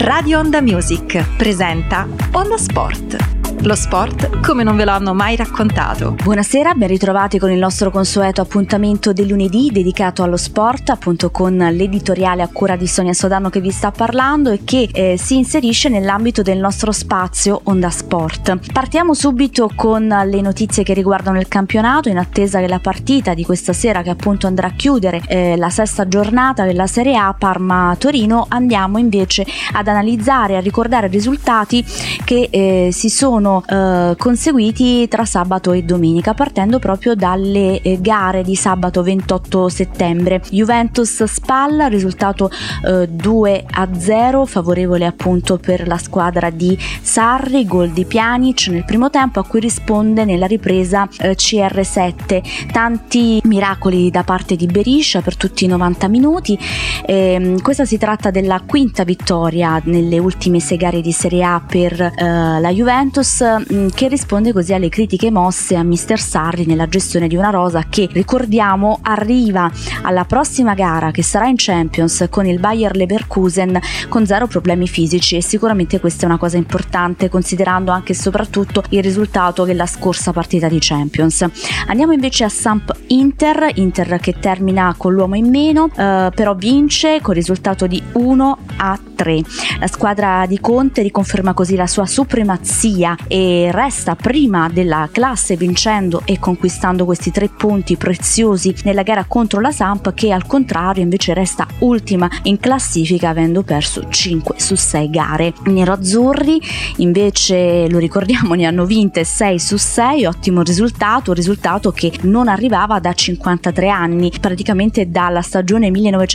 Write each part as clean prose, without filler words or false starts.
Radio Onda Music presenta Onda Sport. Lo sport come non ve lo hanno mai raccontato. Buonasera, ben ritrovati con il nostro consueto appuntamento del lunedì dedicato allo sport, appunto con l'editoriale a cura di Sonia Sodano che vi sta parlando e che si inserisce nell'ambito del nostro spazio Onda Sport. Partiamo subito con le notizie che riguardano il campionato, in attesa che la partita di questa sera, che appunto andrà a chiudere la sesta giornata della Serie A, Parma-Torino. Andiamo invece ad analizzare e a ricordare risultati che si sono conseguiti tra sabato e domenica, partendo proprio dalle gare di sabato 28 settembre. Juventus-Spal, risultato 2-0, favorevole appunto per la squadra di Sarri, gol di Pjanic nel primo tempo, a cui risponde nella ripresa CR7. Tanti miracoli da parte di Berisha per tutti i 90 minuti. Questa si tratta della quinta vittoria nelle ultime 6 gare di Serie A per la Juventus, che risponde così alle critiche mosse a mister Sarri nella gestione di una rosa che, ricordiamo, arriva alla prossima gara, che sarà in Champions, con il Bayer Leverkusen con 0 problemi fisici, e sicuramente questa è una cosa importante, considerando anche e soprattutto il risultato della scorsa partita di Champions. Andiamo invece a Samp Inter che termina con l'uomo in meno, però vince con risultato di 1-3. La squadra di Conte riconferma così la sua supremazia e resta prima della classe, vincendo e conquistando questi 3 punti preziosi nella gara contro la Samp, che al contrario invece resta ultima in classifica, avendo perso 5 su 6 gare. I neroazzurri invece, lo ricordiamo, ne hanno vinte 6 su 6, ottimo risultato, un risultato che non arrivava da 53 anni, praticamente dalla stagione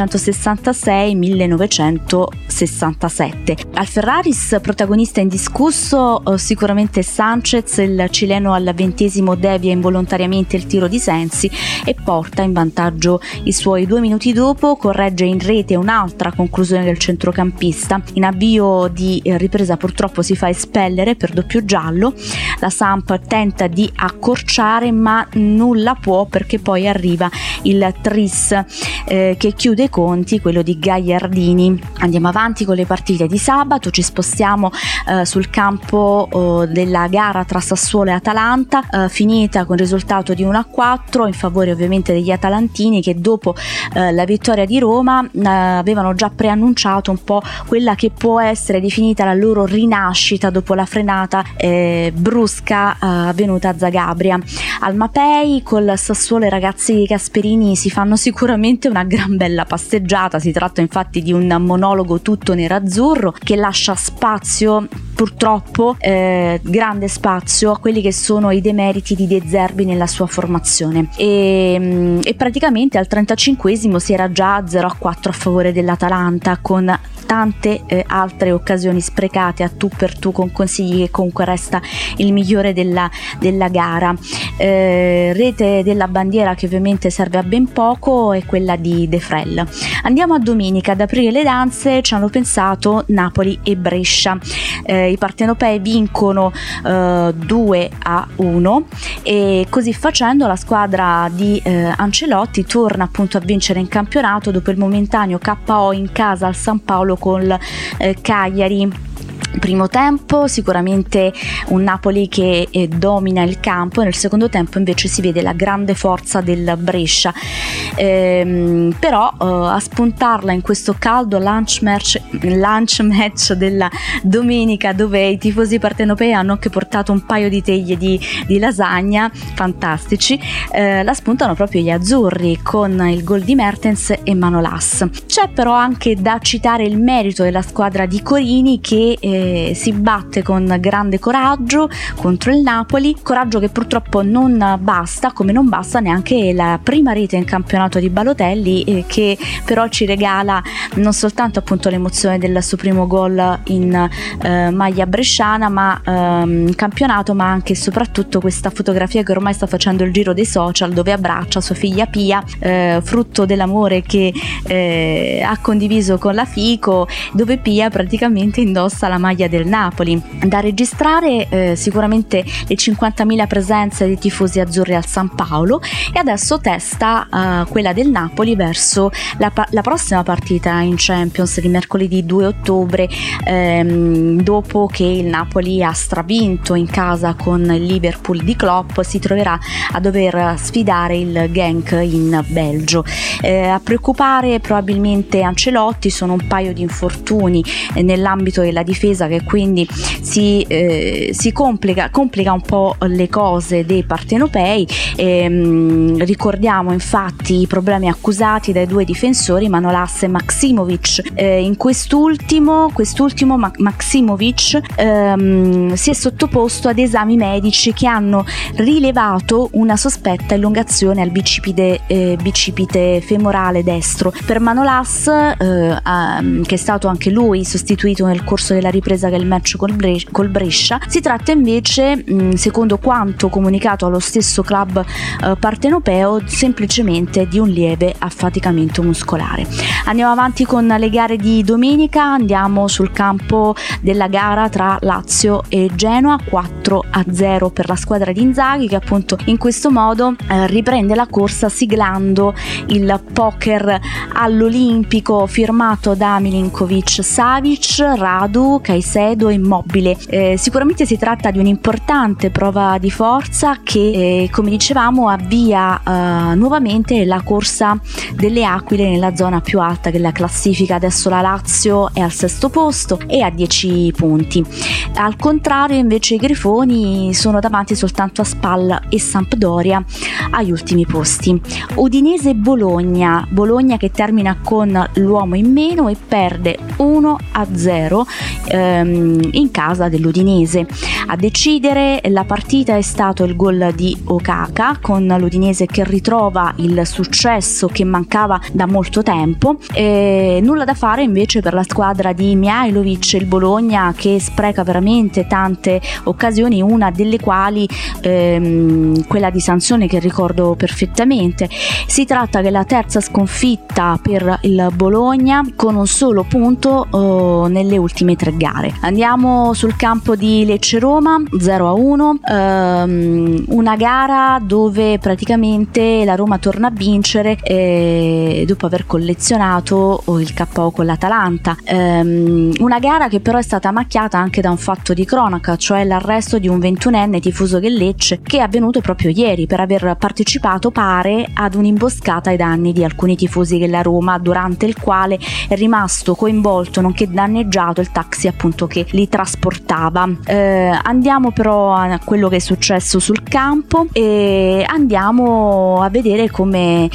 1966-1967. Al Ferraris, protagonista indiscusso sicuramente Sanchez, il cileno al 20° devia involontariamente il tiro di Sensi e porta in vantaggio i suoi. 2 minuti dopo corregge in rete un'altra conclusione del centrocampista. In avvio di ripresa purtroppo si fa espellere per doppio giallo. La Samp tenta di accorciare ma nulla può, perché poi arriva il tris che chiude i conti, quello di Gagliardini. Andiamo avanti con le partite di sabato, ci spostiamo sul campo della gara tra Sassuolo e Atalanta, finita con risultato di 1-4 in favore ovviamente degli atalantini, che dopo la vittoria di Roma avevano già preannunciato un po' quella che può essere definita la loro rinascita dopo la frenata brusca avvenuta a Zagabria. Al Mapei col Sassuolo i ragazzi Gasperini si fanno sicuramente una gran bella passeggiata. Si tratta infatti di un monologo tutto nerazzurro che lascia spazio, purtroppo grande spazio, a quelli che sono i demeriti di De Zerbi nella sua formazione, e praticamente al 35esimo si era già 0-4 a favore dell'Atalanta, con tante altre occasioni sprecate a tu per tu, con Consigli che comunque resta il migliore della gara. Rete della bandiera che ovviamente serve a ben poco è quella di De Frel. Andiamo a domenica, ad aprire le danze ci hanno pensato Napoli e Brescia. I partenopei vincono 2-1 e così facendo la squadra di Ancelotti torna appunto a vincere in campionato dopo il momentaneo KO in casa al San Paolo con Cagliari. Primo tempo sicuramente un Napoli che domina il campo, nel secondo tempo invece si vede la grande forza del Brescia, però a spuntarla in questo caldo lunch match della domenica, dove i tifosi partenopei hanno anche portato un paio di teglie di lasagna fantastici, la spuntano proprio gli azzurri con il gol di Mertens e Manolas. C'è però anche da citare il merito della squadra di Corini, che si batte con grande coraggio contro il Napoli, coraggio che purtroppo non basta, come non basta neanche la prima rete in campionato di Balotelli, che però ci regala non soltanto appunto l'emozione del suo primo gol in maglia bresciana ma in campionato, ma anche e soprattutto questa fotografia che ormai sta facendo il giro dei social, dove abbraccia sua figlia Pia, frutto dell'amore che ha condiviso con la Fico, dove Pia praticamente indossa la maglia del Napoli. Da registrare sicuramente le 50.000 presenze dei tifosi azzurri al San Paolo, e adesso testa quella del Napoli verso la prossima partita in Champions di mercoledì 2 ottobre, dopo che il Napoli ha stravinto in casa con il Liverpool di Klopp. Si troverà a dover sfidare il Genk in Belgio. A preoccupare probabilmente Ancelotti sono un paio di infortuni nell'ambito della difesa, che quindi si complica un po' le cose dei partenopei. Ricordiamo infatti i problemi accusati dai due difensori Manolas e Maksimovic. In quest'ultimo Maksimovic si è sottoposto ad esami medici che hanno rilevato una sospetta elongazione al bicipite femorale destro. Per Manolas, che è stato anche lui sostituito nel corso della ripresa del match col Brescia, si tratta invece, secondo quanto comunicato allo stesso club partenopeo, semplicemente di un lieve affaticamento muscolare. Andiamo avanti con le gare di domenica, andiamo sul campo della gara tra Lazio e Genoa. 4-0 per la squadra di Inzaghi, che appunto in questo modo riprende la corsa siglando il poker all'Olimpico firmato da Milinkovic, Savic, Radu, Caicedo e Immobile. Sicuramente si tratta di un'importante prova di forza che, come dicevamo, avvia nuovamente la corsa delle aquile nella zona più alta della classifica. Adesso la Lazio è al 6° posto e a 10 punti. Al contrario invece i Grifoni sono davanti soltanto a Spal e Sampdoria agli ultimi posti. Udinese-Bologna che termina con l'uomo in meno e perde 1-0 in casa dell'Udinese. A decidere la partita è stato il gol di Okaka, con l'Udinese che ritrova il successo che mancava da molto tempo. Nulla da fare invece per la squadra di Mihajlovic, il Bologna, che spreca veramente tante occasioni, una delle quali quella di Sansone, che ricordo perfettamente. Si tratta della terza sconfitta per il Bologna, con un solo punto nelle ultime 3 gare. Andiamo sul campo di Lecce-Roma, 0-1, una gara dove praticamente la Roma torna a vincere dopo aver collezionato il KO con l'Atalanta. Una gara che però è stata macchiata anche da un fatto di cronaca, cioè l'arresto di un 21enne tifoso del Lecce, che è avvenuto proprio ieri per aver partecipato, pare, ad un'imboscata ai danni di alcuni tifosi della Roma, durante il quale è rimasto coinvolto nonché danneggiato il taxi appunto che li trasportava. Andiamo però a quello che è successo sul campo e andiamo a vedere come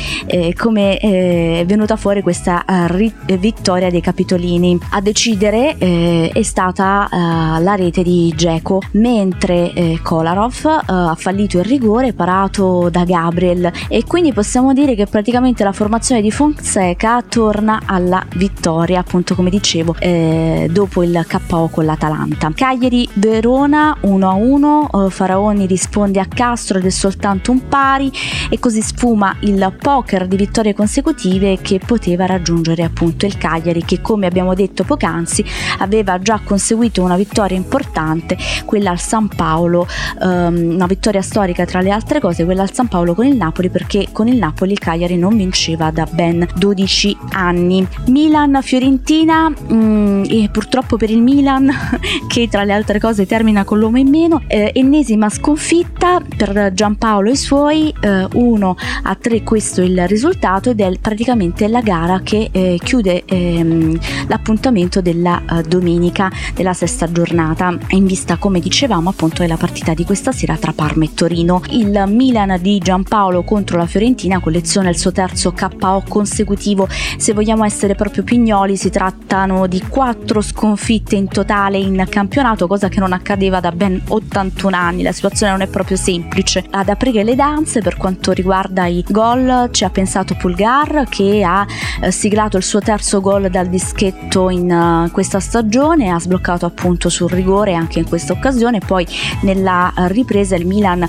è venuta fuori questa vittoria dei capitolini. A decidere è stata la rete di Dzeko, mentre Kolarov ha fallito il rigore parato da Gabriel, e quindi possiamo dire che praticamente la formazione di Fonseca torna alla vittoria, appunto come dicevo, dopo il KO con l'Atalanta. Cagliari-Verona 1-1, Faraoni risponde a Castro ed è soltanto un pari, e così sfuma il poker di vittorie consecutive che poteva raggiungere appunto il Cagliari, che, come abbiamo detto poc'anzi, aveva già conseguito una vittoria importante, quella al San Paolo, una vittoria storica tra le altre cose, quella al San Paolo con il Napoli, perché con il Napoli il Cagliari non vinceva da ben 12 anni. Milan-Fiorentina, e purtroppo per il Milan che tra le altre cose termina con l'uomo in meno, ennesima sconfitta per Giampaolo e i suoi, 1-3 questo è il risultato, ed è praticamente la gara che chiude l'appuntamento della domenica della 6ª giornata, in vista, come dicevamo, appunto della partita di questa sera tra Parma e Torino. Il Milan di Giampaolo contro la Fiorentina colleziona il suo terzo KO consecutivo. Se vogliamo essere proprio pignoli, si trattano di 4 sconfitte in totale in campionato, cosa che non accadeva da ben 81 anni. La situazione non è proprio semplice. complice. Ad aprire le danze per quanto riguarda i gol ci ha pensato Pulgar, che ha siglato il suo terzo gol dal dischetto in questa stagione, ha sbloccato appunto sul rigore anche in questa occasione. Poi nella ripresa il Milan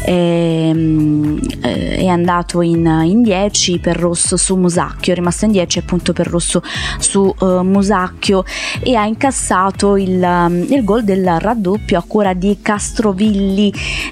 è andato in 10 per rosso su Musacchio, è rimasto in 10 appunto per rosso su Musacchio, e ha incassato il gol del raddoppio a cura di Castrovilli,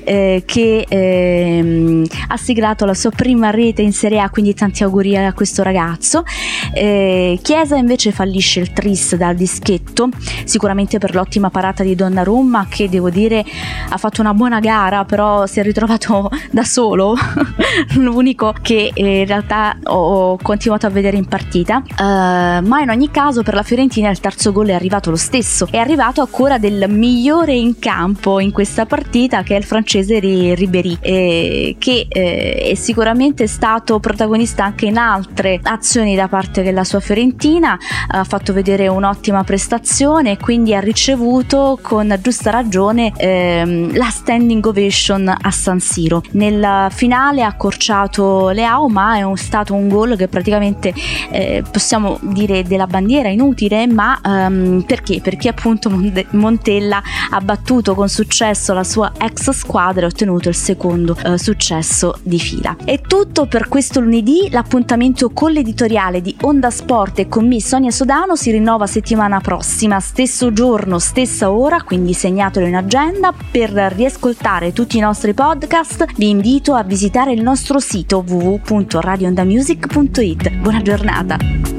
che ha siglato la sua prima rete in Serie A, quindi tanti auguri a questo ragazzo. Chiesa invece fallisce il tris dal dischetto, sicuramente per l'ottima parata di Donnarumma, che devo dire ha fatto una buona gara, però si è ritrovato da solo l'unico che in realtà ho continuato a vedere in partita, ma in ogni caso per la Fiorentina il terzo gol è arrivato lo stesso, è arrivato a cura del migliore in campo in questa partita, che è il francese Ribéry, che è sicuramente stato protagonista anche in altre azioni da parte della sua Fiorentina, ha fatto vedere un'ottima prestazione, quindi ha ricevuto con giusta ragione la standing ovation a San Siro. Nel finale ha accorciato Leao, ma è stato un gol che praticamente possiamo dire della bandiera inutile, ma perché appunto Montella ha battuto con successo la sua ex squadra e ha ottenuto il secondo successo di fila. È tutto per questo lunedì. L'appuntamento con l'editoriale di Onda Sport e con me Sonia Sodano si rinnova settimana prossima, stesso giorno, stessa ora, quindi segnatelo in agenda. Per riascoltare tutti i nostri podcast vi invito a visitare il nostro sito www.radioondamusic.it. Buona giornata.